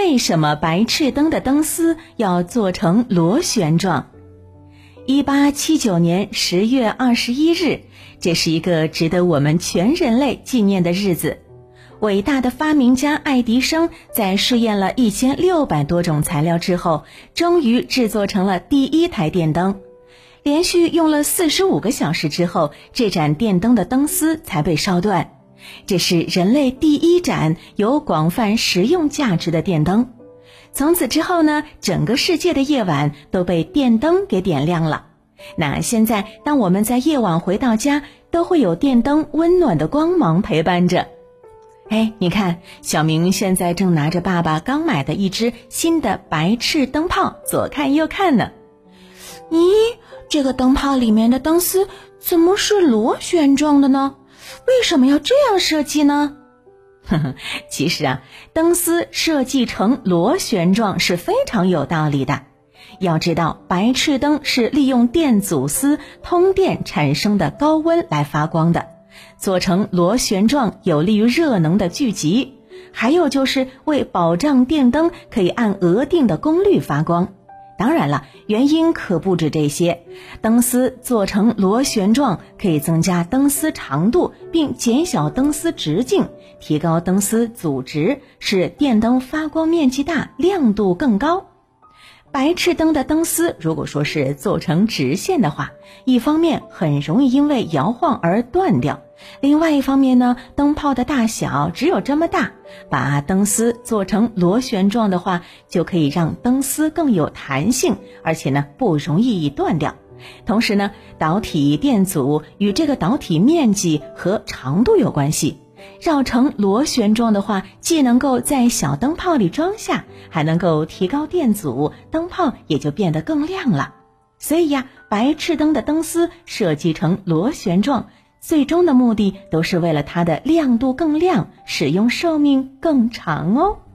为什么白炽灯的灯丝要做成螺旋状？1879年10月21日，这是一个值得我们全人类纪念的日子。伟大的发明家爱迪生在试验了1600多种材料之后，终于制作成了第一台电灯。连续用了45个小时之后，这盏电灯的灯丝才被烧断。这是人类第一盏有广泛实用价值的电灯。从此之后呢，整个世界的夜晚都被电灯给点亮了。那现在当我们在夜晚回到家，都会有电灯温暖的光芒陪伴着。你看，小明现在正拿着爸爸刚买的一只新的白炽灯泡左看右看呢。 咦，这个灯泡里面的灯丝怎么是螺旋状的呢？为什么要这样设计呢？ 其实啊，灯丝设计成螺旋状是非常有道理的。要知道，白炽灯是利用电阻丝通电产生的高温来发光的，做成螺旋状有利于热能的聚集，还有就是为保障电灯可以按额定的功率发光。当然了，原因可不止这些。灯丝做成螺旋状可以增加灯丝长度，并减小灯丝直径，提高灯丝阻值，使电灯发光面积大，亮度更高。白炽灯的灯丝如果说是做成直线的话，一方面很容易因为摇晃而断掉，另外一方面呢，灯泡的大小只有这么大，把灯丝做成螺旋状的话，就可以让灯丝更有弹性，而且呢不容易断掉。同时呢，导体电阻与这个导体面积和长度有关系，绕成螺旋状的话，既能够在小灯泡里装下，还能够提高电阻，灯泡也就变得更亮了。所以呀，白炽灯的灯丝设计成螺旋状，最终的目的都是为了它的亮度更亮，使用寿命更长哦。